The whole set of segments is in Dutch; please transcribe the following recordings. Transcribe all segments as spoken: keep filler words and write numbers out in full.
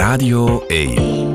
Radio één.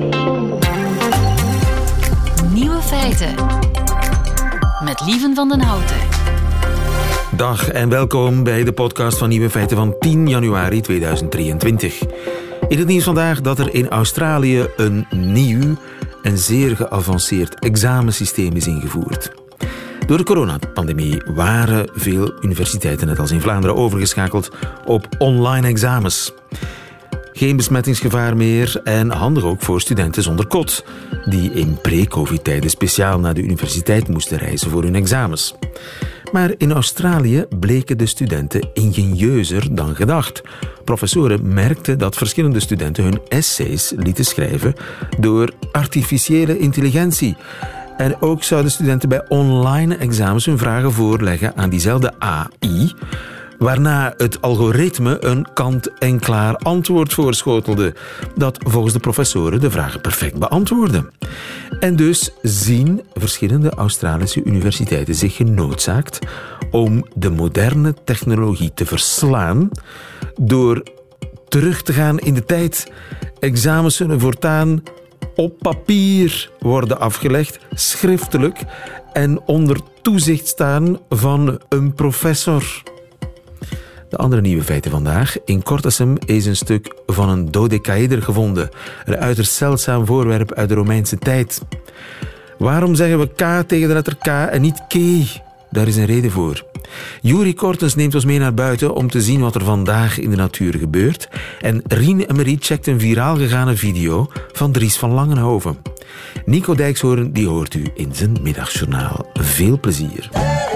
Nieuwe feiten. Met Lieven van den Houten. Dag en welkom bij de podcast van Nieuwe Feiten van tien januari tweeduizend drieëntwintig. In het nieuws vandaag dat er in Australië een nieuw en zeer geavanceerd examensysteem is ingevoerd. Door de coronapandemie waren veel universiteiten, net als in Vlaanderen, overgeschakeld op online examens. Geen besmettingsgevaar meer en handig ook voor studenten zonder kot, die in pre-covid-tijden speciaal naar de universiteit moesten reizen voor hun examens. Maar in Australië bleken de studenten ingenieuzer dan gedacht. Professoren merkten dat verschillende studenten hun essays lieten schrijven door artificiële intelligentie. En ook zouden studenten bij online examens hun vragen voorleggen aan diezelfde A I, waarna het algoritme een kant-en-klaar antwoord voorschotelde, dat volgens de professoren de vragen perfect beantwoordde. En dus zien verschillende Australische universiteiten zich genoodzaakt om de moderne technologie te verslaan door terug te gaan in de tijd. Examens zullen voortaan op papier worden afgelegd, schriftelijk en onder toezicht staan van een professor. De andere nieuwe feiten vandaag. In Kortessem is een stuk van een dodecaëder gevonden. Een uiterst zeldzaam voorwerp uit de Romeinse tijd. Waarom zeggen we K tegen de letter K en niet K? Daar is een reden voor. Juri Kortens neemt ons mee naar buiten om te zien wat er vandaag in de natuur gebeurt. En Rien en Marie checkt een viraal gegane video van Dries van Langenhoven. Nico Dijkshoorn die hoort u in zijn middagjournaal. Veel plezier.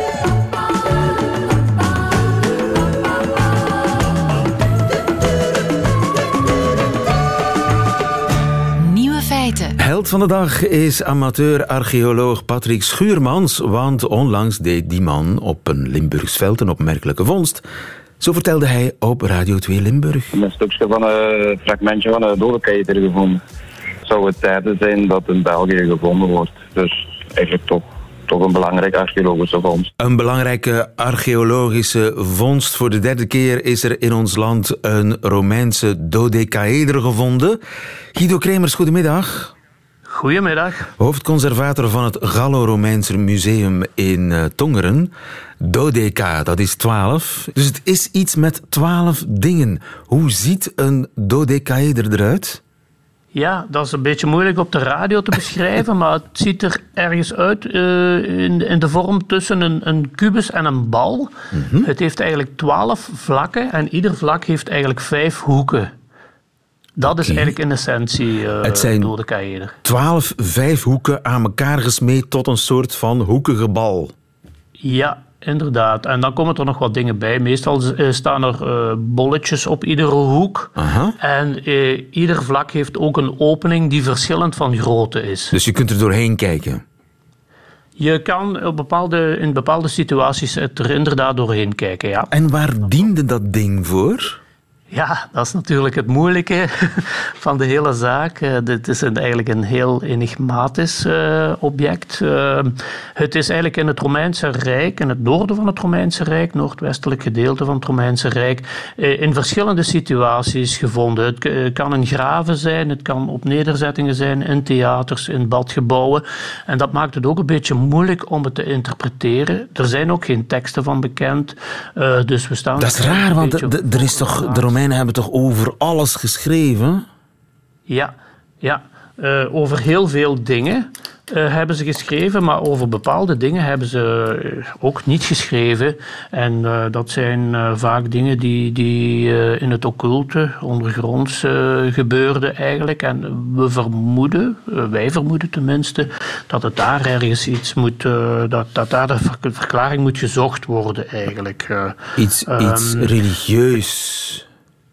Held van de dag is amateur-archeoloog Patrick Schuurmans, want onlangs deed die man op een Limburgs veld een opmerkelijke vondst. Zo vertelde hij op Radio twee Limburg. Een stukje van een fragmentje van een dodecaëder gevonden. Zou het tijd zijn dat in België gevonden wordt. Dus eigenlijk toch, toch een belangrijke archeologische vondst. Een belangrijke archeologische vondst. Voor de derde keer is er in ons land een Romeinse dodecaëder gevonden. Guido Kremers, goedemiddag. Goedemiddag. Hoofdconservator van het Gallo-Romeinse Museum in uh, Tongeren. Dodeca, dat is twaalf. Dus het is iets met twaalf dingen. Hoe ziet een dodecaëder eruit? Ja, dat is een beetje moeilijk op de radio te beschrijven, maar het ziet er ergens uit uh, in, in de vorm tussen een, een kubus en een bal. Mm-hmm. Het heeft eigenlijk twaalf vlakken en ieder vlak heeft eigenlijk vijf hoeken. Dat okay. is eigenlijk in essentie uh, het zijn dodecaëder. twaalf vijfhoeken aan elkaar gesmeed tot een soort van hoekige bal. Ja, inderdaad. En dan komen er nog wat dingen bij. Meestal uh, staan er uh, bolletjes op iedere hoek. Aha. En uh, ieder vlak heeft ook een opening die verschillend van grootte is. Dus je kunt er doorheen kijken? Je kan op bepaalde, in bepaalde situaties er inderdaad doorheen kijken, ja. En waar diende dat ding voor? Ja, dat is natuurlijk het moeilijke van de hele zaak. Uh, dit is een, eigenlijk een heel enigmatisch uh, object. Uh, het is eigenlijk in het Romeinse Rijk, in het noorden van het Romeinse Rijk, noordwestelijk gedeelte van het Romeinse Rijk, uh, in verschillende situaties gevonden. Het uh, kan in graven zijn, het kan op nederzettingen zijn, in theaters, in badgebouwen. En dat maakt het ook een beetje moeilijk om het te interpreteren. Er zijn ook geen teksten van bekend. Uh, dus we staan dat is raar, want de, de, er is toch... De Romeinen hebben toch over alles geschreven? Ja, ja. Uh, over heel veel dingen uh, hebben ze geschreven, maar over bepaalde dingen hebben ze ook niet geschreven. En uh, dat zijn uh, vaak dingen die, die uh, in het occulte, ondergronds uh, gebeurden eigenlijk. En we vermoeden, uh, wij vermoeden tenminste, dat het daar ergens iets moet, uh, dat, dat daar de verklaring moet gezocht worden eigenlijk. Uh, iets, um, iets religieus.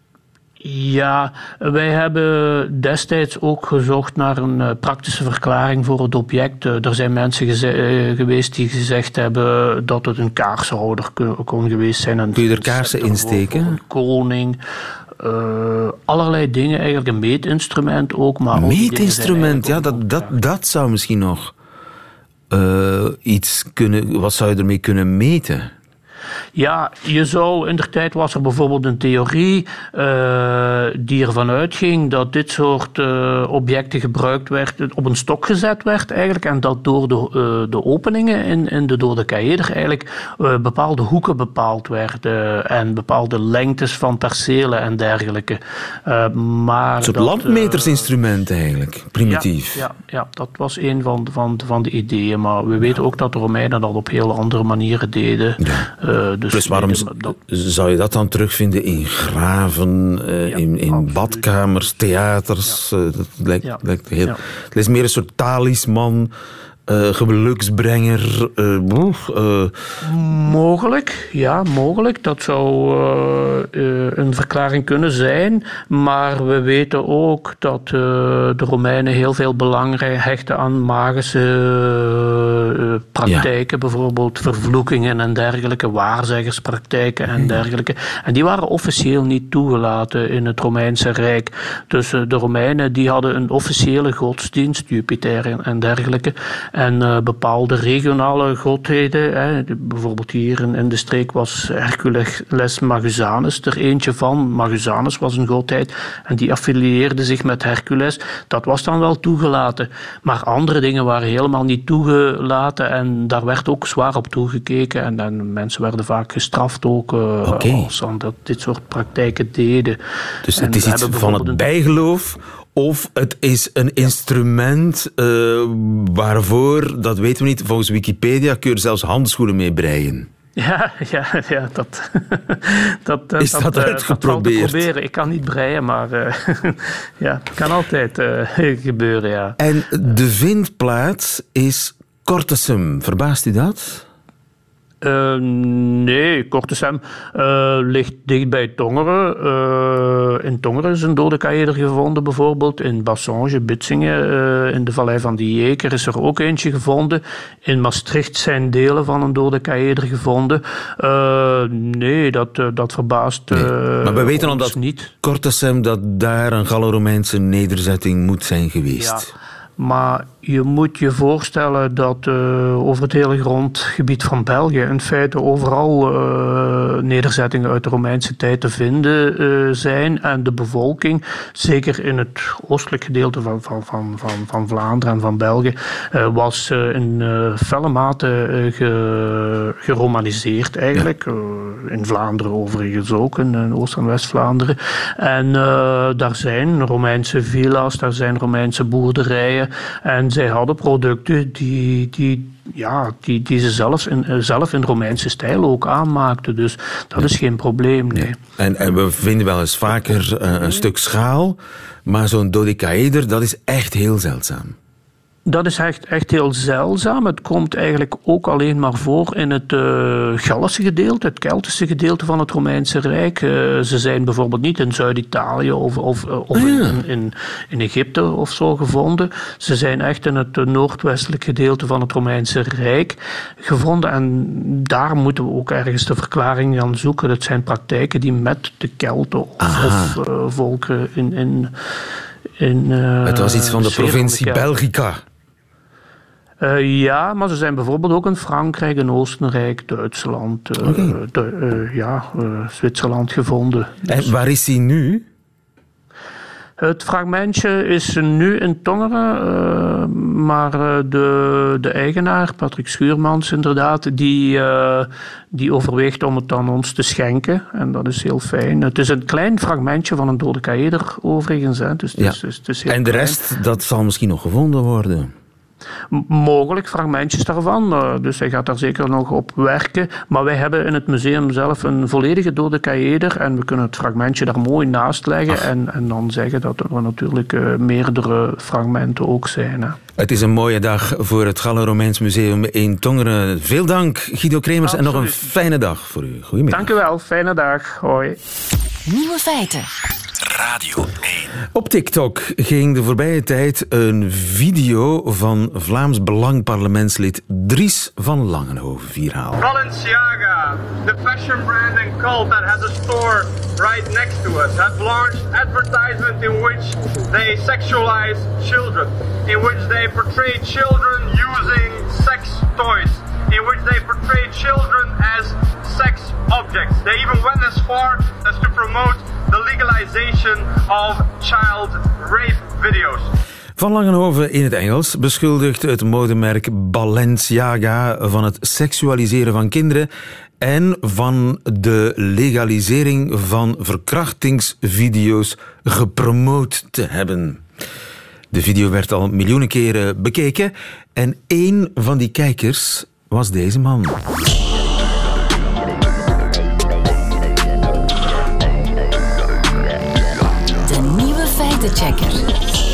Ja, wij hebben destijds ook gezocht naar een uh, praktische verklaring voor het object. Uh, er zijn mensen geze- uh, geweest die gezegd hebben dat het een kaarsenhouder kon, kon geweest zijn. En kun je er kaarsen insteken? Een koning. Uh, allerlei dingen, eigenlijk een meetinstrument ook. Maar meetinstrument, ja, dat, dat, dat zou misschien nog uh, iets kunnen... Wat zou je ermee kunnen meten? Ja, je zou, in de tijd was er bijvoorbeeld een theorie uh, die ervan uitging dat dit soort uh, objecten gebruikt werd, op een stok gezet werd eigenlijk, en dat door de, uh, de openingen in, in de dodecaëder eigenlijk uh, bepaalde hoeken bepaald werden en bepaalde lengtes van percelen en dergelijke. Uh, maar een soort dat, landmetersinstrument uh, eigenlijk, primitief. Ja, ja, ja, dat was een van, van, van de ideeën, maar we ja. weten ook dat de Romeinen dat op heel andere manieren deden. Ja. Uh, dus dus waarom dat... zou je dat dan terugvinden in graven, uh, ja, in, in badkamers, theaters? Ja. Uh, dat lijkt, ja. lijkt heel, ja. Het is meer een soort talisman, uh, geluksbrenger. Uh, uh. Mogelijk, ja, mogelijk. Dat zou uh, uh, een verklaring kunnen zijn. Maar we weten ook dat uh, de Romeinen heel veel belang hechten aan magische uh, praktijken. Ja. Bijvoorbeeld vervloekingen en dergelijke, waarzeggerspraktijken en dergelijke. En die waren officieel niet toegelaten in het Romeinse Rijk. Dus uh, de Romeinen die hadden een officiële godsdienst, Jupiter en, en dergelijke. En uh, bepaalde regionale godheden, hè, bijvoorbeeld hier in, in de streek was Hercules Magusanus er eentje van. Magusanus was een godheid en die affilieerde zich met Hercules. Dat was dan wel toegelaten. Maar andere dingen waren helemaal niet toegelaten en daar werd ook zwaar op toegekeken. En, en mensen werden vaak gestraft ook uh, okay. als ze dat, dit soort praktijken deden. Dus en het is iets van het bijgeloof? Of het is een instrument uh, waarvoor, dat weten we niet, volgens Wikipedia kun je er zelfs handschoenen mee breien. Ja, ja, ja dat, dat, is dat, dat uitgeprobeerd? Dat proberen. Ik kan niet breien, maar uh, ja, het kan altijd uh, gebeuren. Ja. En de vindplaats is Cortesum. Verbaast u dat? Uh, nee, Cortesum uh, ligt dicht bij Tongeren. Uh, in Tongeren is een dodecaëder gevonden bijvoorbeeld. In Bassange, Bitsingen, uh, in de vallei van de Jeker is er ook eentje gevonden. In Maastricht zijn delen van een dodecaëder gevonden. Uh, nee, dat, uh, dat verbaast uh, nee. Maar we weten al dat niet. Cortesum, dat daar een Gallo-Romeinse nederzetting moet zijn geweest. Ja. Maar je moet je voorstellen dat uh, over het hele grondgebied van België in feite overal uh, nederzettingen uit de Romeinse tijd te vinden uh, zijn. En de bevolking, zeker in het oostelijk gedeelte van, van, van, van, van Vlaanderen en van België, uh, was uh, in uh, felle mate uh, ge, geromaniseerd eigenlijk. Ja. Uh, in Vlaanderen overigens ook, in, in Oost- en West-Vlaanderen. En uh, daar zijn Romeinse villa's, daar zijn Romeinse boerderijen. En zij hadden producten die, die, ja, die, die ze zelfs in, zelf in Romeinse stijl ook aanmaakten. Dus dat is geen probleem, nee. En, en we vinden wel eens vaker uh, een stuk schaal, maar zo'n dodecaëder, dat is echt heel zeldzaam. Dat is echt, echt heel zeldzaam. Het komt eigenlijk ook alleen maar voor in het uh, Gallische gedeelte, het Keltische gedeelte van het Romeinse Rijk. Uh, ze zijn bijvoorbeeld niet in Zuid-Italië of, of, of in, in, in, in Egypte of zo gevonden. Ze zijn echt in het noordwestelijk gedeelte van het Romeinse Rijk gevonden. En daar moeten we ook ergens de verklaring aan zoeken. Dat zijn praktijken die met de Kelten of, of uh, volken in... in In, uh, het was iets van de provincie van de Belgica. Uh, ja, maar ze zijn bijvoorbeeld ook in Frankrijk, in Oostenrijk, Duitsland, uh, okay. de, uh, ja, uh, Zwitserland gevonden. Dus. En waar is hij nu? Het fragmentje is nu in Tongeren, uh, maar uh, de, de eigenaar, Patrick Schuurmans inderdaad, die, uh, die overweegt om het aan ons te schenken. En dat is heel fijn. Het is een klein fragmentje van een dodecaëder overigens. Hè. Dus het ja. is, het is, het is heel en de klein. rest, dat zal misschien nog gevonden worden? M- mogelijk fragmentjes daarvan, uh, dus hij gaat daar zeker nog op werken. Maar wij hebben in het museum zelf een volledige dodecaëder en we kunnen het fragmentje daar mooi naast leggen en, en dan zeggen dat er natuurlijk uh, meerdere fragmenten ook zijn. Hè. Het is een mooie dag voor het Gallo-Romeins Museum in Tongeren. Veel dank, Guido Kremers, Absoluut. En nog een fijne dag voor u. Goedemiddag. Dank u wel, fijne dag. Hoi. Nieuwe feiten. Radio één. Op TikTok ging de voorbije tijd een video van Vlaams Belang parlementslid Dries van Langenhoven viraal. Balenciaga, the fashion brand and cult that has a store right next to us, have launched advertisement in which they sexualize children, in which they portray children using sex toys, in which they portray children as sex objects. They even went as far as to promote the legalization of child rape video's. Van Langenhoven in het Engels beschuldigt het modemerk Balenciaga van het seksualiseren van kinderen en van de legalisering van verkrachtingsvideo's gepromoot te hebben. De video werd al miljoenen keren bekeken en één van die kijkers was deze man. De nieuwe feitenchecker.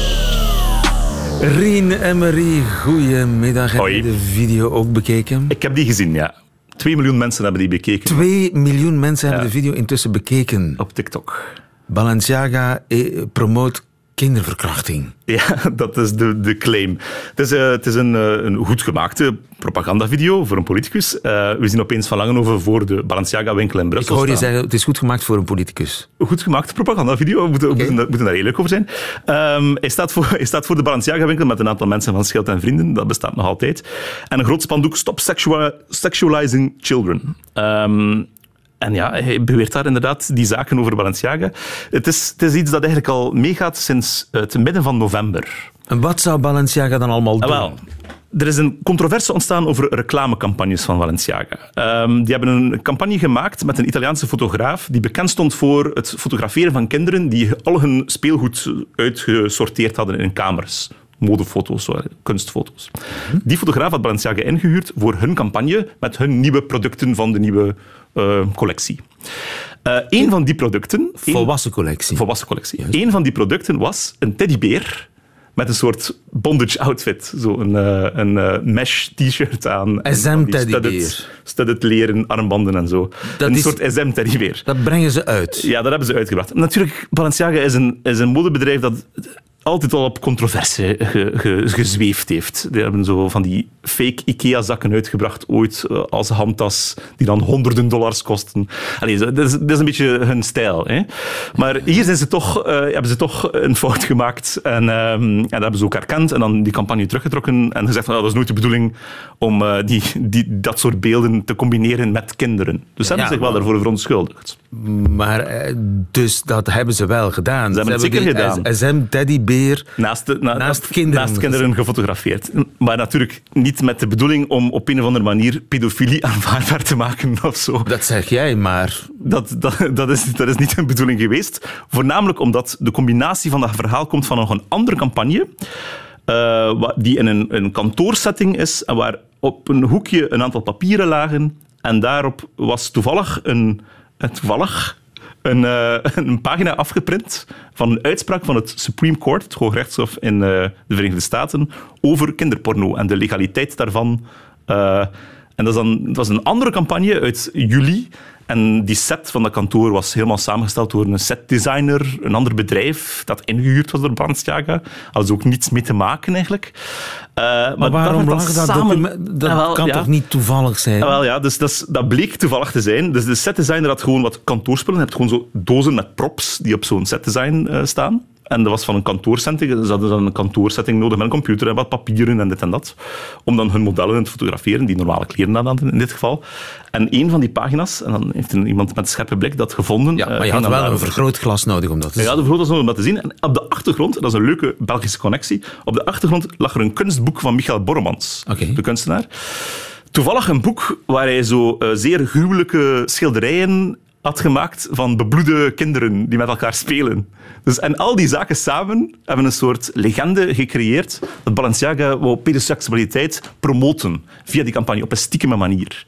Rien en Marie, goedemiddag. Heb Hoi. je de video ook bekeken? Ik heb die gezien, ja. Twee miljoen mensen hebben die bekeken. Twee miljoen mensen hebben Ja. de video intussen bekeken. Op TikTok. Balenciaga eh, promoot kinderverkrachting. Ja, dat is de, de claim. Het is, uh, het is een, uh, een goed gemaakte propagandavideo voor een politicus. Uh, we zien opeens Van Langenhoven voor de Balenciaga-winkel in Ik Brussel hoor je staan. zeggen, het is goed gemaakt voor een politicus. Een goed gemaakte propagandavideo, we moeten, we moeten, daar- moeten daar eerlijk over zijn. Um, hij, staat voor, hij staat voor de Balenciaga-winkel met een aantal mensen van Schild en Vrienden. Dat bestaat nog altijd. En een groot spandoek, Stop sexua- Sexualizing Children. Um, En ja, hij beweert daar inderdaad die zaken over Balenciaga. Het is, het is iets dat eigenlijk al meegaat sinds het midden van november. En wat zou Balenciaga dan allemaal doen? Ah, wel. Er is een controverse ontstaan over reclamecampagnes van Balenciaga. Um, die hebben een campagne gemaakt met een Italiaanse fotograaf die bekend stond voor het fotograferen van kinderen die al hun speelgoed uitgesorteerd hadden in kamers. Modefoto's, kunstfoto's. Die fotograaf had Balenciaga ingehuurd voor hun campagne met hun nieuwe producten van de nieuwe uh, collectie. Uh, een van die producten... Volwassen collectie. Volwassen collectie. Een van die producten was een teddybeer met een soort bondage outfit. Zo een, uh, een uh, mesh t-shirt aan. S M-teddybeer. Studded, studded leren, armbanden en zo. Dat een is- soort S M-teddybeer. Dat brengen ze uit. Ja, dat hebben ze uitgebracht. Natuurlijk, Balenciaga is een, is een modebedrijf dat altijd al op controverse ge, ge, gezweefd heeft. Die hebben zo van die fake IKEA-zakken uitgebracht ooit uh, als handtas, die dan honderden dollars kosten. Allee, zo, dat, is, dat is een beetje hun stijl. Hè? Maar hier zijn ze toch, uh, hebben ze toch een fout gemaakt en, um, en dat hebben ze ook erkend en dan die campagne teruggetrokken en gezegd van, oh, dat is nooit de bedoeling om uh, die, die, dat soort beelden te combineren met kinderen. Dus ze hebben Ja, zich wel maar- daarvoor verontschuldigd. Maar eh, dus dat hebben ze wel gedaan. Ze hebben het zeker die gedaan. S M-teddybeer Naast, de, na- Naast kinderen. naast kinderen gefotografeerd. Maar natuurlijk niet met de bedoeling om op een of andere manier pedofilie aanvaardbaar te maken of zo. Dat zeg jij, maar... Dat, dat, dat, is, dat is niet een bedoeling geweest. Voornamelijk omdat de combinatie van dat verhaal komt van nog een andere campagne, uh, wa- die in een, een kantoorsetting is en waar op een hoekje een aantal papieren lagen en daarop was toevallig een... Toevallig... Een, uh, een pagina afgeprint van een uitspraak van het Supreme Court, het Hooggerechtshof in uh, de Verenigde Staten, over kinderporno en de legaliteit daarvan. Uh, en dat, is dan, dat was een andere campagne uit juli. En die set van dat kantoor was helemaal samengesteld door een setdesigner, een ander bedrijf dat ingehuurd was door Balenciaga. Hadden ze ook niets mee te maken eigenlijk. Uh, maar Maar waarom werd lag dan dat samen- document? Dat Ah, wel, kan ja. toch niet toevallig zijn? Ah, wel, ja, dus dat, is, dat bleek toevallig te zijn. Dus de setdesigner had gewoon wat kantoorspullen. Je hebt gewoon zo dozen met props die op zo'n setdesign uh, staan. En dat was van een kantoorsetting. Ze hadden dan een kantoorsetting nodig met een computer en wat papieren en dit en dat. Om dan hun modellen te fotograferen, die normale kleren aan hadden in dit geval. En een van die pagina's, en dan heeft een, iemand met een scherpe blik dat gevonden. Ja, maar uh, je ging had dan wel een daarover. vergrootglas nodig om dat te Ja, zien. de vergrootglas om dat te zien. En op de achtergrond, dat is een leuke Belgische connectie, op de achtergrond lag er een kunstboek van Michael Borremans, Oké. de kunstenaar. Toevallig een boek waar hij zo uh, zeer gruwelijke schilderijen had gemaakt van bebloede kinderen die met elkaar spelen. Dus, en al die zaken samen hebben een soort legende gecreëerd dat Balenciaga wou pedoseksualiteit promoten via die campagne op een stiekeme manier.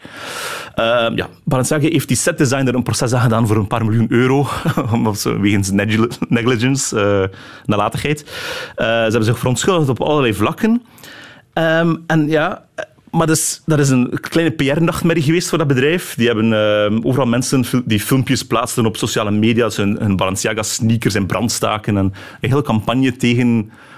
Uh, ja, Balenciaga heeft die setdesigner een proces aangedaan voor een paar miljoen euro, omdat ze wegens negli- negligence, uh, nalatigheid. Uh, ze hebben zich verontschuldigd op allerlei vlakken. Um, en ja... Maar dus, dat is een kleine P R-nachtmerrie geweest voor dat bedrijf. Die hebben uh, overal mensen die filmpjes plaatsten op sociale media, hun, hun Balenciaga-sneakers in brand staken en een hele campagne tegen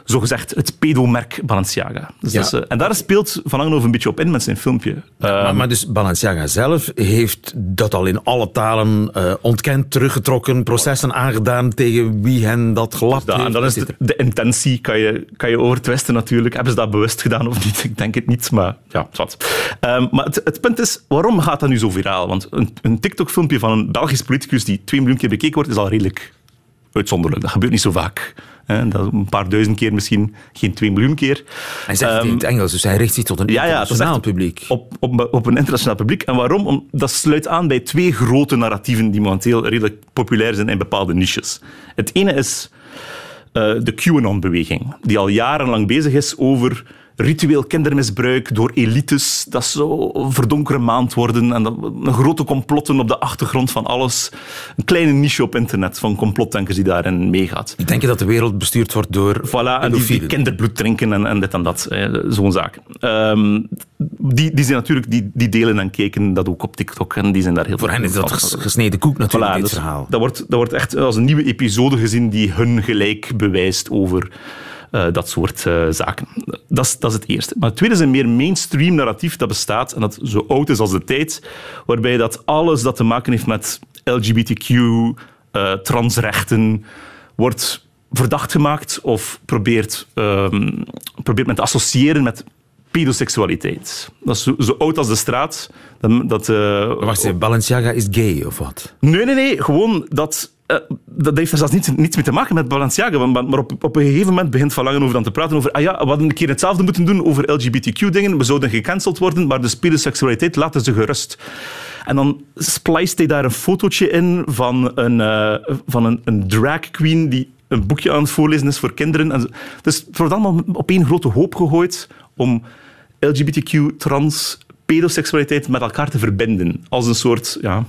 zogezegd het pedomerk Balenciaga. Dus Ja. dat is, uh, en daar speelt Van Langenhoven een beetje op in met zijn filmpje. Ja, maar, maar dus Balenciaga zelf heeft dat al in alle talen uh, ontkend, teruggetrokken, processen aangedaan tegen wie hen dat gelapt Ja, heeft. en dan is de, de intentie, kan je, kan je overtwisten natuurlijk. Hebben ze dat bewust gedaan of niet? Ik denk het niet, maar ja, wat. Um, maar het, het punt is, waarom gaat dat nu zo viraal? Want een, een TikTok-filmpje van een Belgisch politicus die twee miljoen keer bekeken wordt, is al redelijk uitzonderlijk. Dat gebeurt niet zo vaak. Hè? Dat een paar duizend keer misschien, geen twee miljoen keer. Hij zegt het in het Engels, dus hij richt zich tot een Ja, ja, het is internationaal echt publiek. Op, op, op een internationaal publiek. En waarom? Om, dat sluit aan bij twee grote narratieven die momenteel redelijk populair zijn in bepaalde niches. Het ene is uh, de QAnon-beweging, die al jarenlang bezig is over ritueel kindermisbruik door elites, dat zo verdonkere maand worden en dat, een grote complotten op de achtergrond van alles. Een kleine niche op internet van complotdenkers die daarin meegaat. Ik denk dat de wereld bestuurd wordt door Voilà, en die, die kinderbloed drinken en, en dit en dat. Eh, zo'n zaak. Um, die, die, zijn natuurlijk, die, die delen en kijken dat ook op TikTok en die zijn daar heel Voor hen is dat van. ges- gesneden koek natuurlijk, Voilà, dit dus verhaal. Dat wordt, dat wordt echt als een nieuwe episode gezien die hun gelijk bewijst over uh, dat soort uh, zaken. Dat is, dat is het eerste. Maar het tweede is een meer mainstream narratief dat bestaat en dat zo oud is als de tijd, waarbij dat alles dat te maken heeft met L G B T Q, uh, transrechten, wordt verdacht gemaakt of probeert, um, probeert men te associëren met pedoseksualiteit. Dat is zo, zo oud als de straat. Dat, dat, uh, Wacht even, Balenciaga is gay of wat? Nee, nee, nee. Gewoon dat... Uh, dat heeft er zelfs niets, niets mee te maken met Balenciaga. Maar, maar op, op een gegeven moment begint Van Langenhoven dan te praten over ah ja, we hadden een keer hetzelfde moeten doen over L G B T Q-dingen. We zouden gecanceld worden, maar de pedoseksualiteit laten ze gerust. En dan splijst hij daar een fotootje in van een, uh, van een, een drag queen die een boekje aan het voorlezen is voor kinderen. En dus het wordt allemaal op één grote hoop gegooid om L G B T Q, trans, pedoseksualiteit met elkaar te verbinden. Als een soort ja,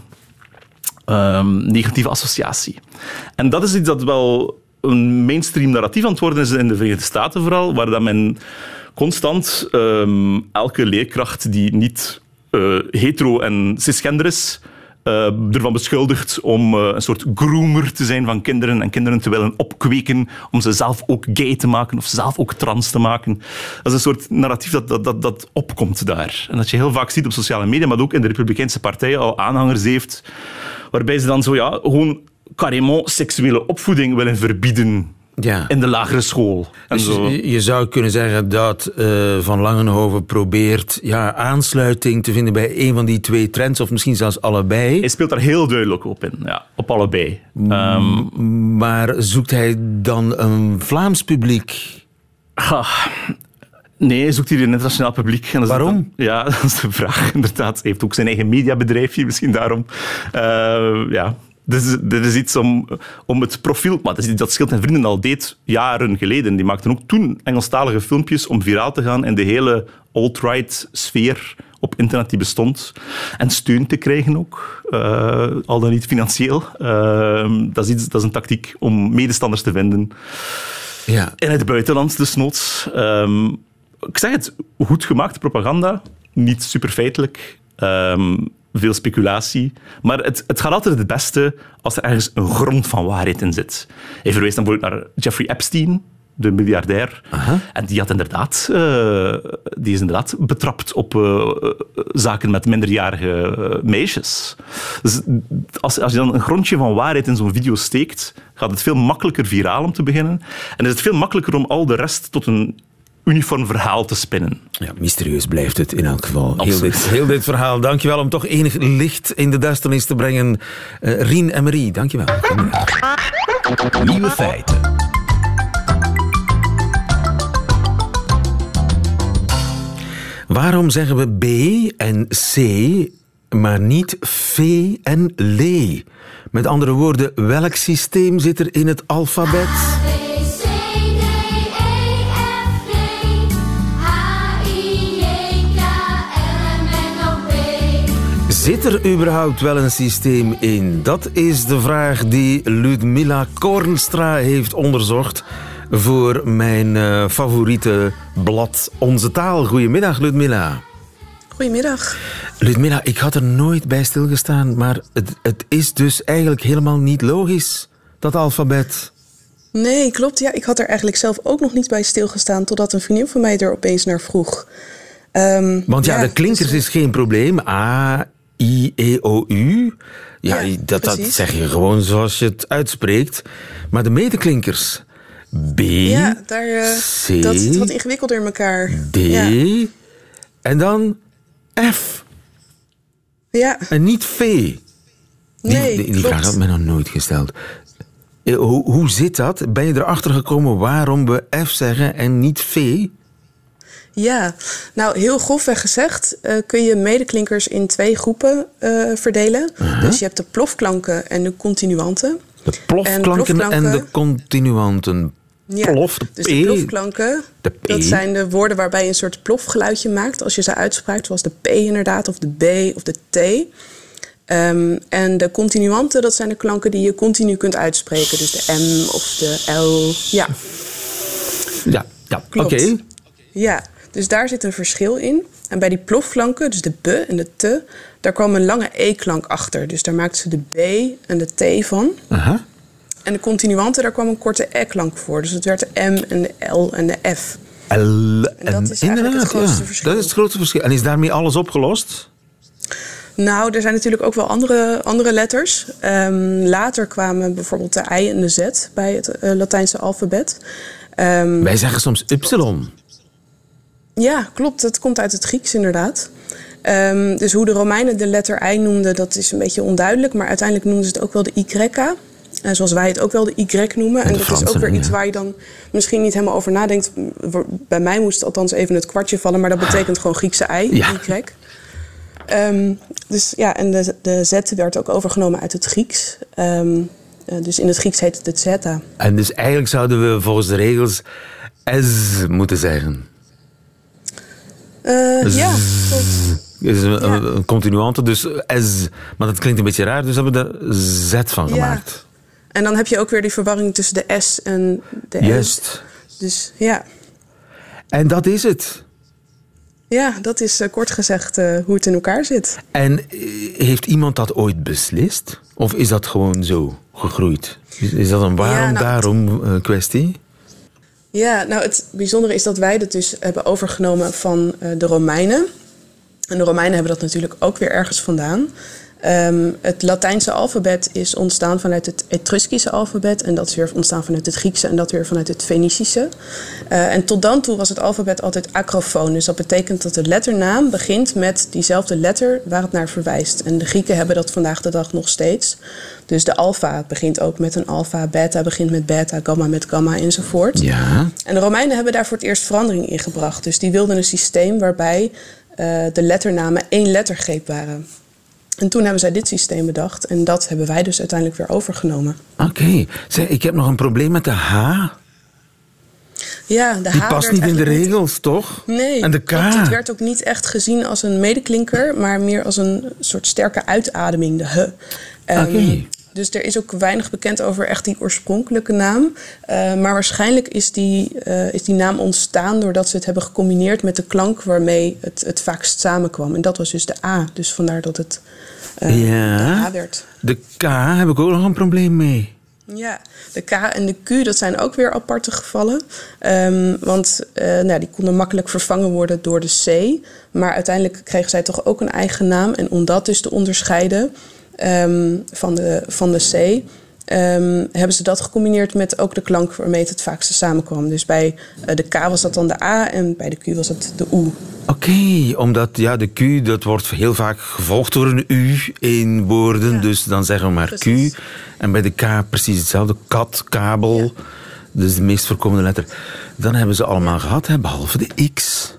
um, negatieve associatie. En dat is iets dat wel een mainstream narratief aan het worden is in de Verenigde Staten vooral, waar dat men constant um, elke leerkracht die niet uh, hetero en cisgender is, Uh, ervan beschuldigd om uh, een soort groomer te zijn van kinderen en kinderen te willen opkweken om ze zelf ook gay te maken of zelf ook trans te maken. Dat is een soort narratief dat, dat, dat, dat opkomt daar. En dat je heel vaak ziet op sociale media, maar ook in de Republikeinse partij al aanhangers heeft, waarbij ze dan zo ja, gewoon carrément seksuele opvoeding willen verbieden. Ja. In de lagere school. En Dus zo. je je zou kunnen zeggen dat uh, Van Langenhoven probeert ja, aansluiting te vinden bij een van die twee trends, of misschien zelfs allebei. Hij speelt daar heel duidelijk op in, ja, op allebei. Um, maar zoekt hij dan een Vlaams publiek? Ah, nee, zoekt hij een internationaal publiek. En dat Waarom? Is, ja, dat is de vraag, inderdaad. Hij heeft ook zijn eigen mediabedrijfje, misschien daarom. Uh, ja... Dit is, dit is iets om, om het profiel... Maar dat is iets dat Schild en Vrienden al deed jaren geleden. Die maakten ook toen Engelstalige filmpjes om viraal te gaan in de hele alt-right sfeer op internet die bestond. En steun te krijgen ook, uh, al dan niet financieel. Uh, dat, is iets, dat is een tactiek om medestanders te vinden. Ja. In het buitenland desnoods. Um, ik zeg het, goed gemaakte propaganda. Niet super feitelijk. Um, Veel speculatie. Maar het, het gaat altijd het beste als er ergens een grond van waarheid in zit. Hij verwees dan bijvoorbeeld naar Jeffrey Epstein, de miljardair. Aha. En die, had inderdaad, uh, die is inderdaad betrapt op uh, zaken met minderjarige uh, meisjes. Dus als, als je dan een grondje van waarheid in zo'n video steekt, gaat het veel makkelijker viraal om te beginnen. En is het veel makkelijker om al de rest tot een uniform verhaal te spinnen. Ja, mysterieus blijft het in elk geval. Heel Absoluut. dit, heel dit verhaal. Dankjewel om toch enig licht in de duisternis te brengen. Uh, Rien en Marie, dankjewel. Nieuwe feiten. Waarom zeggen we B en C, maar niet V en L? Met andere woorden, welk systeem zit er in het alfabet? Zit er überhaupt wel een systeem in? Dat is de vraag die Ludmilla Kornstra heeft onderzocht voor mijn uh, favoriete blad Onze Taal. Goedemiddag, Ludmilla. Goedemiddag. Ludmilla, ik had er nooit bij stilgestaan, maar het, het is dus eigenlijk helemaal niet logisch, dat alfabet. Nee, klopt. Ja, ik had er eigenlijk zelf ook nog niet bij stilgestaan... totdat een vriendin van mij er opeens naar vroeg. Um, Want ja, ja, de klinkers dus, is geen probleem. A, I, E, O, U. Ja, Ja, dat, dat precies. zeg je gewoon zoals je het uitspreekt. Maar de medeklinkers... B, Ja, daar, uh, C, dat zit wat ingewikkelder in elkaar. D Ja. en dan F. Ja, En niet V. Die, nee, die, die klopt. vraag had mij nog nooit gesteld. Eh, Hoe, hoe zit dat? Ben je erachter gekomen waarom we F zeggen en niet V? Ja, nou heel grofweg gezegd uh, kun je medeklinkers in twee groepen uh, verdelen. Uh-huh. Dus je hebt de plofklanken en de continuanten. De plofklanken en, plofklanken- de continuanten. Ja, Plof, de dus P. de plofklanken, De P. dat zijn de woorden waarbij je een soort plofgeluidje maakt als je ze uitspraakt, zoals de P inderdaad, of de B of de T. Um, en de continuanten, dat zijn de klanken die je continu kunt uitspreken. Dus de M of de L. Ja, Ja, ja. klopt. oké. Ja, dus daar zit een verschil in. En bij die plofklanken, dus de B en de T, daar kwam een lange E-klank achter. Dus daar maakten ze de B en de T van. Aha. En de continuanten, daar kwam een korte E-klank voor. Dus het werd de M en de L en de F. L en, dat is eigenlijk het inderdaad, grootste ja. verschil. Dat is het grootste verschil. En is daarmee alles opgelost? Nou, er zijn natuurlijk ook wel andere, andere letters. Um, later kwamen bijvoorbeeld de I en de Z bij het uh, Latijnse alfabet. Um, Wij zeggen soms Y. Ja, klopt. Dat komt uit het Grieks inderdaad. Um, dus hoe de Romeinen de letter I noemden, dat is een beetje onduidelijk. Maar uiteindelijk noemden ze het ook wel de Y. Uh, zoals wij het ook wel de Y noemen. En, de dat is ook Fransen, weer iets ja. waar je dan misschien niet helemaal over nadenkt. Bij mij moest althans even het kwartje vallen. Maar dat betekent gewoon Griekse I, Ja. Y. Um, dus ja, en de, de Z werd ook overgenomen uit het Grieks. Um, uh, dus in het Grieks heet het het zeta. En dus eigenlijk zouden we volgens de regels S moeten zeggen. Uh, ja, klopt. Het is een, Ja. een, een continuante, dus S. Maar dat klinkt een beetje raar, dus hebben we er Z van Ja. gemaakt. En dan heb je ook weer die verwarring tussen de S en de S. Juist. Dus ja. En dat is het. Ja, dat is uh, kort gezegd uh, hoe het in elkaar zit. En eh, heeft iemand dat ooit beslist? Of is dat gewoon zo gegroeid? Is, is dat een waarom-daarom uh, kwestie? Ja, nou het bijzondere is dat wij dat dus hebben overgenomen van uh, de Romeinen. En de Romeinen hebben dat natuurlijk ook weer ergens vandaan. Um, het Latijnse alfabet is ontstaan vanuit het Etruskische alfabet. En dat is weer ontstaan vanuit het Griekse en dat weer vanuit het Fenicische. Uh, en tot dan toe was het alfabet altijd acrofoon. Dus dat betekent dat de letternaam begint met diezelfde letter waar het naar verwijst. En de Grieken hebben dat vandaag de dag nog steeds. Dus de alfa begint ook met een alfa, beta begint met beta, gamma met gamma enzovoort. Ja. En de Romeinen hebben daar voor het eerst verandering in gebracht. Dus die wilden een systeem waarbij uh, de letternamen één lettergreep waren. En toen hebben zij dit systeem bedacht. En dat hebben wij dus uiteindelijk weer overgenomen. Oké. Okay. Ik heb nog een probleem met de H. Ja, de Die H past werd niet in de eigenlijk regels, toch? Nee, En de K? klopt. Het werd ook niet echt gezien als een medeklinker, maar meer als een soort sterke uitademing, de H. Um, Oké. Dus er is ook weinig bekend over echt die oorspronkelijke naam. Uh, maar waarschijnlijk is die, uh, is die naam ontstaan doordat ze het hebben gecombineerd met de klank waarmee het, het vaakst samenkwam. En dat was dus de A. Dus vandaar dat het uh, Ja. de A werd. De K heb ik ook nog een probleem mee. Ja, de K en de Q, dat zijn ook weer aparte gevallen. Um, want uh, nou, die konden makkelijk vervangen worden door de C. Maar uiteindelijk kregen zij toch ook een eigen naam. En om dat dus te onderscheiden um, van, de, van de C... Um, hebben ze dat gecombineerd met ook de klank waarmee het het vaakste samenkwam. Dus bij uh, de K was dat dan de A en bij de Q was dat de U. Oké, okay, omdat ja, de Q dat wordt heel vaak gevolgd door een U in woorden. Ja. Dus dan zeggen we maar precies. Q. En bij de K precies hetzelfde. Kat, kabel. Ja. Dus de meest voorkomende letter. Dan hebben ze allemaal ja. gehad, hè, behalve de X.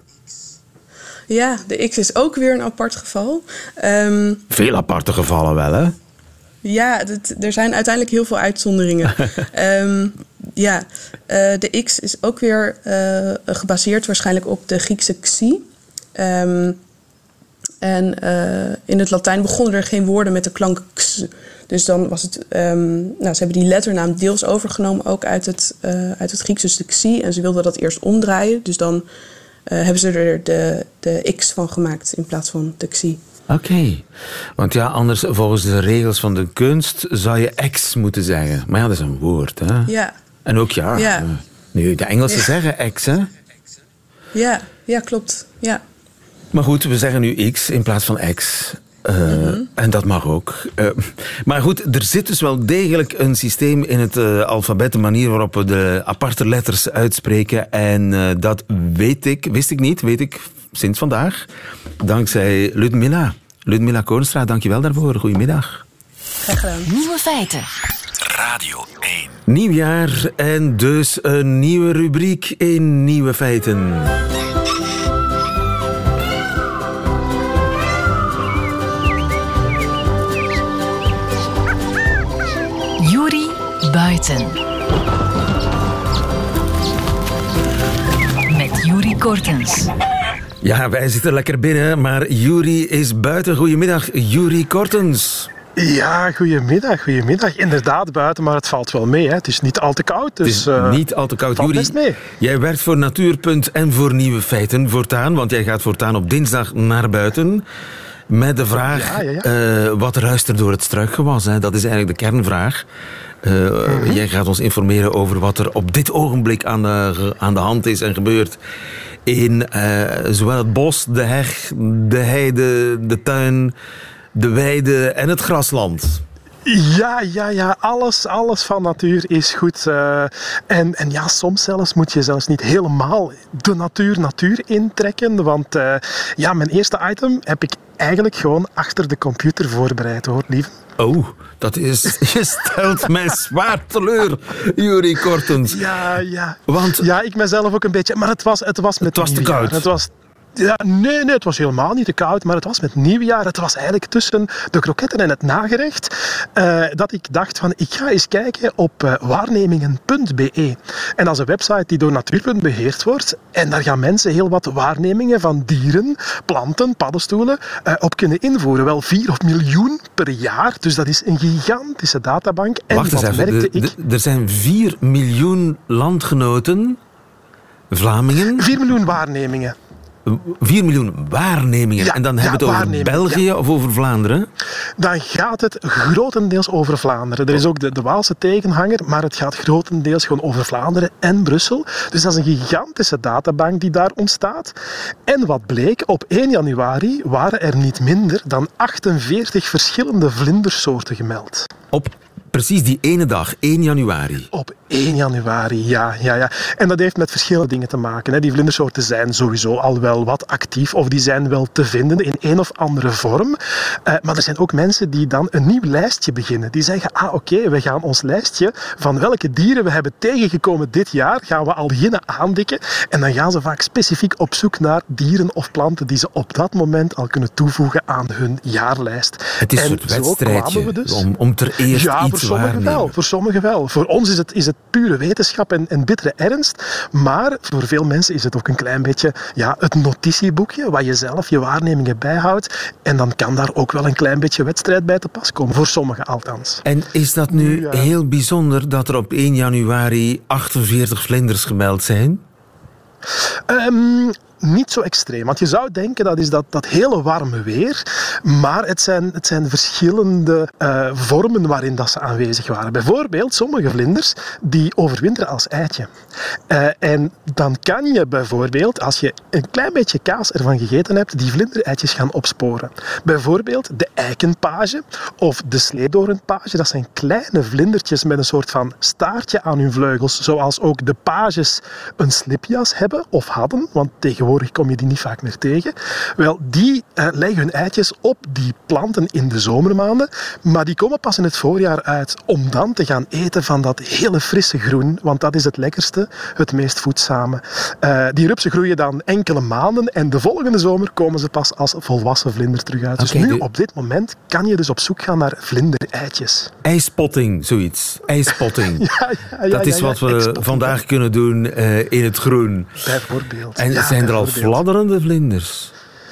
Ja, de X is ook weer een apart geval. Um, Veel aparte gevallen wel, hè? Ja, dat, er zijn uiteindelijk heel veel uitzonderingen. um, ja, uh, de X is ook weer uh, gebaseerd waarschijnlijk op de Griekse xi. Um, en uh, in het Latijn begonnen er geen woorden met de klank x. Dus dan was het... Um, nou, ze hebben die letternaam deels overgenomen ook uit het, uh, uit het Grieks, dus de xi. En ze wilden dat eerst omdraaien. Dus dan uh, hebben ze er de, de x van gemaakt in plaats van de xi. Oké, okay. Want ja, anders volgens de regels van de kunst zou je X moeten zeggen. Maar ja, dat is een woord, hè? Ja, En ook, ja, Ja. uh, nu de Engelsen Ja. zeggen ex, hè? Ja, ja, klopt. Ja. Maar goed, we zeggen nu X in plaats van X. Uh, mm-hmm. En dat mag ook. Uh, maar goed, er zit dus wel degelijk een systeem in het uh, alfabet, de manier waarop we de aparte letters uitspreken. En uh, dat weet ik, wist ik niet, weet ik sinds vandaag. Dankzij Ludmilla. Ludmilla Koornstra, dankjewel daarvoor. Goedemiddag. Graag gedaan. Nieuwe feiten. Radio één. Nieuw jaar en dus een nieuwe rubriek in Nieuwe Feiten. Yuri Buiten. Met Yuri Kortens. Ja, wij zitten lekker binnen, maar Yuri is buiten. Goedemiddag, Yuri Kortens. Ja, goedemiddag, goedemiddag. Inderdaad, buiten, maar het valt wel mee. Hè. Het is niet al te koud. Dus, het is uh, niet al te koud. valt Yuri, best mee. jij werkt voor Natuurpunt en voor Nieuwe Feiten voortaan, want jij gaat voortaan op dinsdag naar buiten met de vraag, Ja, ja, ja. Uh, wat ruist er door het struikgewas? Hè? Dat is eigenlijk de kernvraag. Uh, mm-hmm. Jij gaat ons informeren over wat er op dit ogenblik aan de, aan de hand is en gebeurt in uh, zowel het bos, de heg, de heide, de tuin, de weide en het grasland. Ja, ja, ja. Alles, alles van natuur is goed. Uh, en, en ja, soms zelfs moet je zelfs niet helemaal de natuur natuur intrekken. Want uh, ja, mijn eerste item heb ik eigenlijk gewoon achter de computer voorbereid, hoor, lief. Oh, dat is... Je stelt mij zwaar teleur, Yuri Kortens. Ja, ja. Want... Ja, ik mezelf ook een beetje. Maar het was, het was met Het was te nieuwjaar. koud. Het was... Ja, nee, nee, het was helemaal niet te koud, maar het was met nieuwjaar. Het was eigenlijk tussen de kroketten en het nagerecht uh, dat ik dacht van, ik ga eens kijken op uh, waarnemingen punt b e. En dat is een website die door Natuurpunt beheerd wordt. En daar gaan mensen heel wat waarnemingen van dieren, planten, paddenstoelen uh, op kunnen invoeren. Wel vier miljoen per jaar, dus dat is een gigantische databank. En Wacht eens wat even, merkte de, ik... de, er zijn vier miljoen landgenoten, Vlamingen... vier miljoen waarnemingen. vier miljoen waarnemingen. Ja, en dan ja, hebben we het over België ja. of over Vlaanderen? Dan gaat het grotendeels over Vlaanderen. Er is ook de, de Waalse tegenhanger, maar het gaat grotendeels gewoon over Vlaanderen en Brussel. Dus dat is een gigantische databank die daar ontstaat. En wat bleek, op één januari waren er niet minder dan achtenveertig verschillende vlindersoorten gemeld. Op precies die ene dag, één januari. Op één januari, ja, ja, ja. En dat heeft met verschillende dingen te maken. Hè. Die vlindersoorten zijn sowieso al wel wat actief of die zijn wel te vinden in een of andere vorm. Uh, maar er zijn ook mensen die dan een nieuw lijstje beginnen. Die zeggen, ah oké, okay, we gaan ons lijstje van welke dieren we hebben tegengekomen dit jaar, gaan we al beginnen aandikken. En dan gaan ze vaak specifiek op zoek naar dieren of planten die ze op dat moment al kunnen toevoegen aan hun jaarlijst. Het is en een soort wedstrijdje dus. om, om ter eerst ja, iets voor sommigen wel. Voor sommigen wel. Voor ons is het, is het pure wetenschap en, en bittere ernst. Maar voor veel mensen is het ook een klein beetje ja, het notitieboekje waar je zelf je waarnemingen bijhoudt. En dan kan daar ook wel een klein beetje wedstrijd bij te pas komen. Voor sommigen althans. En is dat nu ja. heel bijzonder dat er op één januari achtenveertig vlinders gemeld zijn? Um, niet zo extreem, want je zou denken dat is dat, dat hele warme weer, maar het zijn, het zijn verschillende uh, vormen waarin dat ze aanwezig waren. Bijvoorbeeld sommige vlinders die overwinteren als eitje. Uh, en dan kan je bijvoorbeeld, als je een klein beetje kaas ervan gegeten hebt, die vlindereitjes gaan opsporen. Bijvoorbeeld de eikenpage of de sleedoornpage. Dat zijn kleine vlindertjes met een soort van staartje aan hun vleugels, zoals ook de pages een slipjas hebben of hadden, want tegenwoordig kom je die niet vaak meer tegen. Wel, die uh, leggen hun eitjes op die planten in de zomermaanden, maar die komen pas in het voorjaar uit om dan te gaan eten van dat hele frisse groen, want dat is het lekkerste, het meest voedzame. Uh, die rupsen groeien dan enkele maanden en de volgende zomer komen ze pas als volwassen vlinder terug uit. Dus okay, nu, de... op dit moment, kan je dus op zoek gaan naar vlindereitjes. Ijspotting, zoiets. Ijspotting. ja, ja, ja, dat is ja, ja, wat we ijspotting. vandaag kunnen doen uh, in het groen. Bijvoorbeeld. En ja, zijn er al fladderende vlinders?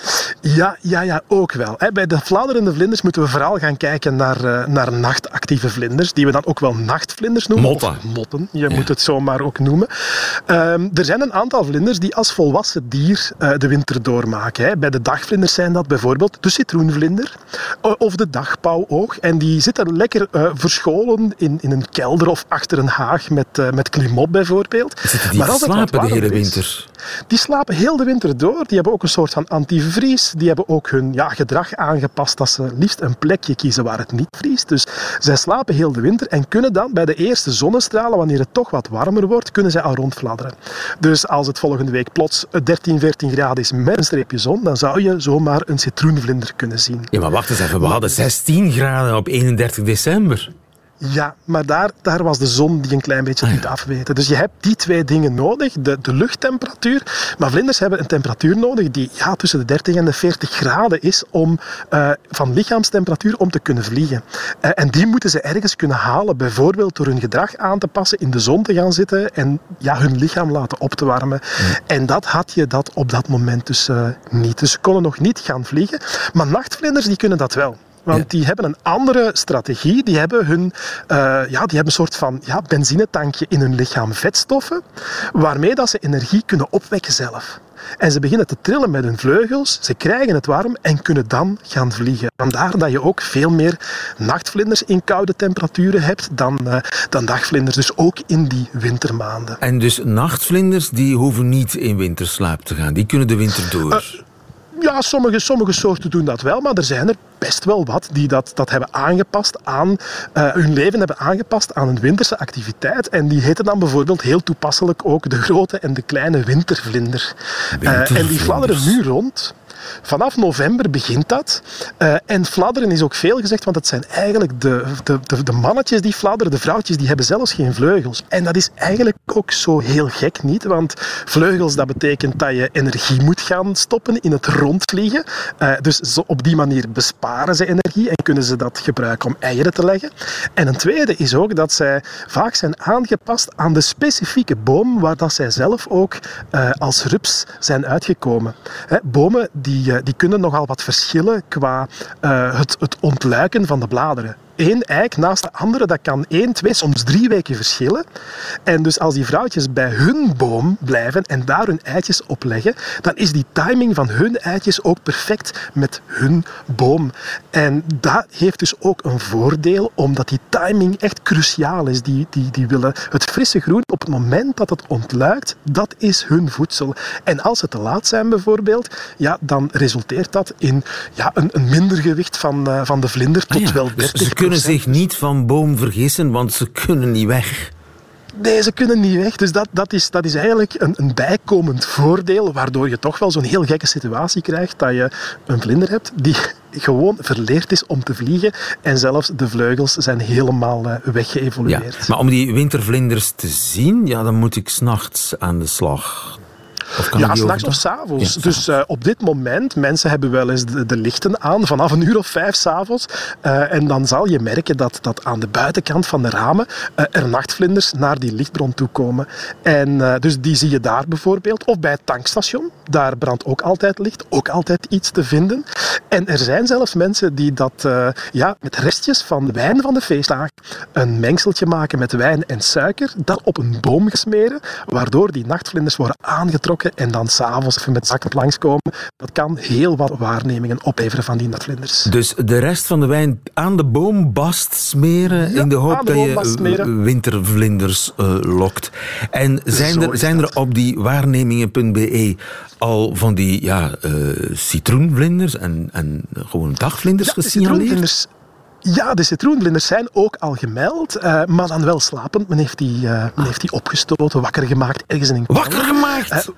Ja, ja, ja, ook wel. Bij de fladderende vlinders moeten we vooral gaan kijken naar, uh, naar nachtactieve vlinders, die we dan ook wel nachtvlinders noemen. Motten. Of motten, je ja. moet het zomaar ook noemen. Um, er zijn een aantal vlinders die als volwassen dier uh, de winter doormaken. Hè. Bij de dagvlinders zijn dat bijvoorbeeld de citroenvlinder of de dagpauwoog. En die zitten lekker uh, verscholen in, in een kelder of achter een haag met, uh, met klimop bijvoorbeeld. Zitten die maar als slapen de hele winter? Is, die slapen heel de winter door. Die hebben ook een soort van antivries. Die hebben ook hun ja, gedrag aangepast dat ze liefst een plekje kiezen waar het niet vriest. Dus zij slapen heel de winter en kunnen dan bij de eerste zonnestralen, wanneer het toch wat warmer wordt, kunnen zij al rondfladderen. Dus als het volgende week plots dertien, veertien graden is met een streepje zon, dan zou je zomaar een citroenvlinder kunnen zien. Ja, maar wacht eens even. We hadden zestien graden op eenendertig december. Ja, maar daar, daar was de zon die een klein beetje ah, ja. liet afweten. Dus je hebt die twee dingen nodig, de, de luchttemperatuur. Maar vlinders hebben een temperatuur nodig die ja, tussen de dertig en de veertig graden is om, uh, van lichaamstemperatuur om te kunnen vliegen. Uh, en die moeten ze ergens kunnen halen, bijvoorbeeld door hun gedrag aan te passen, in de zon te gaan zitten en ja, hun lichaam laten op te warmen. Ja. En dat had je dat op dat moment dus uh, niet. Dus ze konden nog niet gaan vliegen. Maar nachtvlinders die kunnen dat wel. Want ja. die hebben een andere strategie. Die hebben, hun, uh, ja, die hebben een soort van ja, benzinetankje in hun lichaam, vetstoffen, waarmee dat ze energie kunnen opwekken zelf. En ze beginnen te trillen met hun vleugels, ze krijgen het warm en kunnen dan gaan vliegen. Vandaar dat je ook veel meer nachtvlinders in koude temperaturen hebt dan, uh, dan dagvlinders, dus ook in die wintermaanden. En dus nachtvlinders die hoeven niet in winterslaap te gaan, die kunnen de winter door? Uh, Ja, sommige, sommige soorten doen dat wel, maar er zijn er best wel wat die dat, dat hebben aangepast aan, uh, hun leven hebben aangepast aan een winterse activiteit. En die heten dan bijvoorbeeld heel toepasselijk ook de grote en de kleine wintervlinder. Uh, en die fladderen nu rond. Vanaf november begint dat. Uh, en fladderen is ook veel gezegd, want het zijn eigenlijk de, de, de, de mannetjes die fladderen, de vrouwtjes die hebben zelfs geen vleugels. En dat is eigenlijk ook zo heel gek niet, want vleugels, dat betekent dat je energie moet gaan stoppen in het rondvliegen. Uh, dus op die manier besparen ze energie en kunnen ze dat gebruiken om eieren te leggen. En een tweede is ook dat zij vaak zijn aangepast aan de specifieke boom waar dat zij zelf ook uh, als rups zijn uitgekomen. He, bomen die Die, die kunnen nogal wat verschillen qua uh, het, het ontluiken van de bladeren. Eén eik naast de andere, dat kan één, twee, soms drie weken verschillen. En dus als die vrouwtjes bij hun boom blijven en daar hun eitjes op leggen, dan is die timing van hun eitjes ook perfect met hun boom. En dat heeft dus ook een voordeel, omdat die timing echt cruciaal is. Die, die, die willen het frisse groen op het moment dat het ontluikt, dat is hun voedsel. En als ze te laat zijn bijvoorbeeld, ja, dan resulteert dat in ja, een, een minder gewicht van, uh, van de vlinder tot ah ja, wel dertig procent. Ze kunnen zich niet van boom vergissen, want ze kunnen niet weg. Nee, ze kunnen niet weg. Dus dat, dat, is, dat is eigenlijk een, een bijkomend voordeel, waardoor je toch wel zo'n heel gekke situatie krijgt dat je een vlinder hebt die gewoon verleerd is om te vliegen en zelfs de vleugels zijn helemaal uh, weggeëvolueerd. Ja, maar om die wintervlinders te zien, ja, dan moet ik 's nachts aan de slag. Ja, s'nachts of s'avonds. Ja, dus uh, op dit moment, mensen hebben wel eens de, de lichten aan, vanaf een uur of vijf s'avonds. Uh, en dan zal je merken dat, dat aan de buitenkant van de ramen uh, er nachtvlinders naar die lichtbron toe komen. En uh, dus die zie je daar bijvoorbeeld. Of bij het tankstation, daar brandt ook altijd licht, ook altijd iets te vinden. En er zijn zelfs mensen die dat uh, ja, met restjes van wijn van de feestdag een mengseltje maken met wijn en suiker, dat op een boom smeren, waardoor die nachtvlinders worden aangetrokken en dan s'avonds even met zakken langskomen. Dat kan heel wat waarnemingen opleveren van die nachtvlinders. Dus de rest van de wijn aan de boombast smeren ja, in de hoop de dat je smeren. wintervlinders uh, lokt. En zijn er, zijn er op die waarnemingen punt b e al van die ja, uh, citroenvlinders en, en gewoon dagvlinders ja, gesignaleerd? Ja, de citroenvlinders zijn ook al gemeld, uh, maar dan wel slapend. Men heeft die, uh, men heeft die opgestoten, wakker gemaakt, ergens in een kamer. Wakker gemaakt? Uh,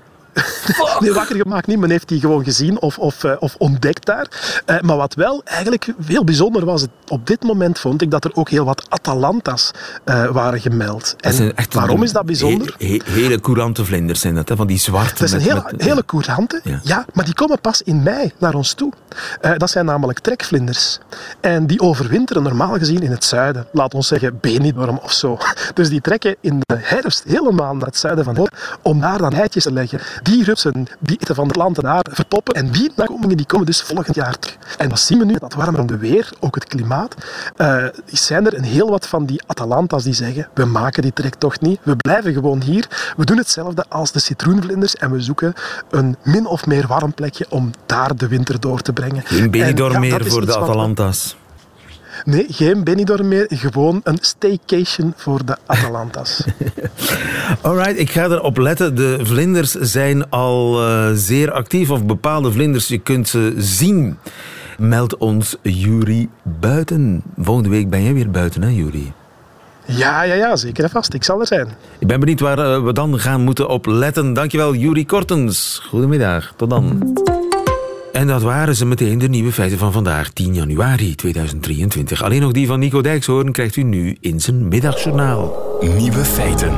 nee, wakker gemaakt niet. Men heeft die gewoon gezien of, of, uh, of ontdekt daar. Uh, maar wat wel eigenlijk heel bijzonder was, op dit moment vond ik dat er ook heel wat Atalanta's uh, waren gemeld. En waarom is dat bijzonder? He, he, hele courante vlinders zijn dat, hè? Van die zwarte. Dat zijn hele, met, hele courante, ja. ja, maar die komen pas in mei naar ons toe. Uh, dat zijn namelijk trekvlinders. En die overwinteren normaal gezien in het zuiden. Laat ons zeggen Benidorm of zo. Dus die trekken in de herfst helemaal naar het zuiden van Holland om daar dan eitjes te leggen. Die rups tussen diepte van de planten daar verpoppen. En die nakomingen die komen dus volgend jaar terug. En wat zien we nu? Dat warmere weer, ook het klimaat, uh, zijn er een heel wat van die Atalanta's die zeggen, we maken die trektocht niet, we blijven gewoon hier. We doen hetzelfde als de citroenvlinders en we zoeken een min of meer warm plekje om daar de winter door te brengen. Geen Benidorm ja, meer voor de Atalanta's. Nee, geen Benidorm meer. Gewoon een staycation voor de Atalanta's. Alright, ik ga erop letten. De vlinders zijn al uh, zeer actief, of bepaalde vlinders. Je kunt ze zien. Meld ons Yuri Buiten. Volgende week ben jij weer buiten, hè, Yuri? Ja, ja, ja, zeker en vast. Ik zal er zijn. Ik ben benieuwd waar uh, we dan gaan moeten op letten. Dankjewel, Yuri Kortens. Goedemiddag. Tot dan. En dat waren ze meteen, de nieuwe feiten van vandaag, tien januari tweeduizend drieëntwintig. Alleen nog die van Nico Dijkshoorn krijgt u nu in zijn middagjournaal. Nieuwe feiten.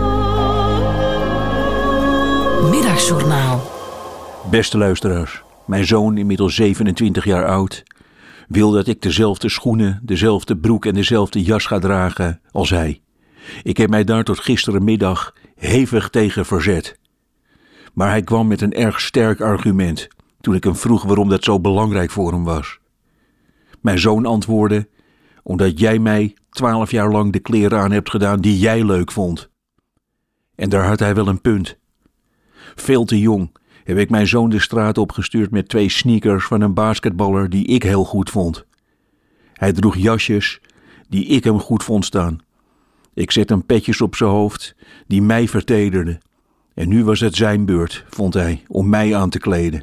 Middagjournaal. Beste luisteraars, mijn zoon, inmiddels zevenentwintig jaar oud, wil dat ik dezelfde schoenen, dezelfde broek en dezelfde jas ga dragen als hij. Ik heb mij daar tot gisterenmiddag hevig tegen verzet. Maar hij kwam met een erg sterk argument toen ik hem vroeg waarom dat zo belangrijk voor hem was. Mijn zoon antwoordde, omdat jij mij twaalf jaar lang de kleren aan hebt gedaan die jij leuk vond. En daar had hij wel een punt. Veel te jong heb ik mijn zoon de straat opgestuurd met twee sneakers van een basketballer die ik heel goed vond. Hij droeg jasjes die ik hem goed vond staan. Ik zette hem petjes op zijn hoofd die mij vertederden. En nu was het zijn beurt, vond hij, om mij aan te kleden.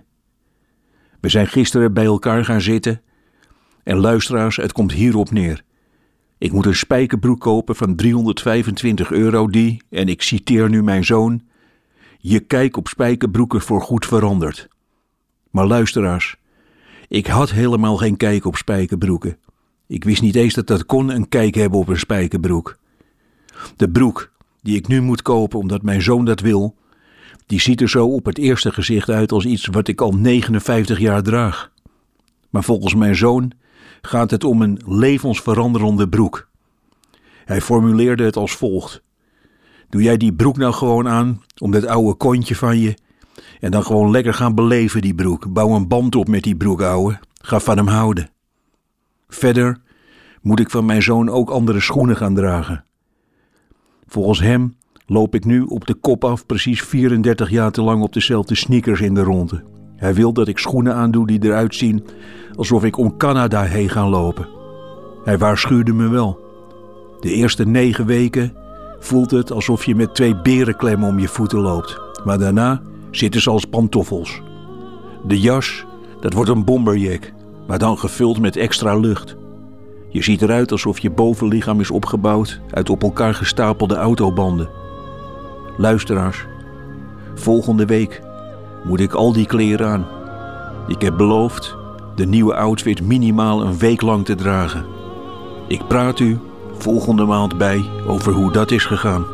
We zijn gisteren bij elkaar gaan zitten en luisteraars, het komt hierop neer. Ik moet een spijkerbroek kopen van driehonderdvijfentwintig euro die, en ik citeer nu mijn zoon, je kijk op spijkerbroeken voorgoed verandert. Maar luisteraars, ik had helemaal geen kijk op spijkerbroeken. Ik wist niet eens dat dat kon, een kijk hebben op een spijkerbroek. De broek die ik nu moet kopen omdat mijn zoon dat wil, die ziet er zo op het eerste gezicht uit als iets wat ik al negenenvijftig jaar draag. Maar volgens mijn zoon gaat het om een levensveranderende broek. Hij formuleerde het als volgt. Doe jij die broek nou gewoon aan, om dat oude kontje van je, en dan gewoon lekker gaan beleven die broek. Bouw een band op met die broek, ouwe. Ga van hem houden. Verder moet ik van mijn zoon ook andere schoenen gaan dragen. Volgens hem loop ik nu op de kop af precies vierendertig jaar te lang op dezelfde sneakers in de ronde. Hij wil dat ik schoenen aandoe die eruit zien alsof ik om Canada heen ga lopen. Hij waarschuwde me wel. De eerste negen weken voelt het alsof je met twee berenklemmen om je voeten loopt. Maar daarna zitten ze als pantoffels. De jas, dat wordt een bomberjack, maar dan gevuld met extra lucht. Je ziet eruit alsof je bovenlichaam is opgebouwd uit op elkaar gestapelde autobanden. Luisteraars, volgende week moet ik al die kleren aan. Ik heb beloofd de nieuwe outfit minimaal een week lang te dragen. Ik praat u volgende maand bij over hoe dat is gegaan.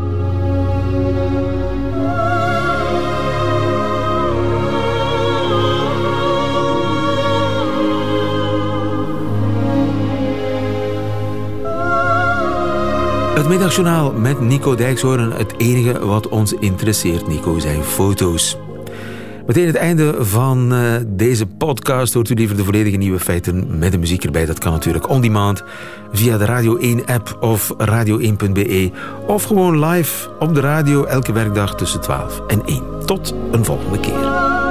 Het middagjournaal met Nico Dijkshoorn. Het enige wat ons interesseert, Nico, zijn foto's. Meteen het einde van uh, deze podcast. Hoort u liever de volledige nieuwe feiten met de muziek erbij. Dat kan natuurlijk on demand via de Radio één app of radio één punt b e. Of gewoon live op de radio elke werkdag tussen twaalf en één. Tot een volgende keer.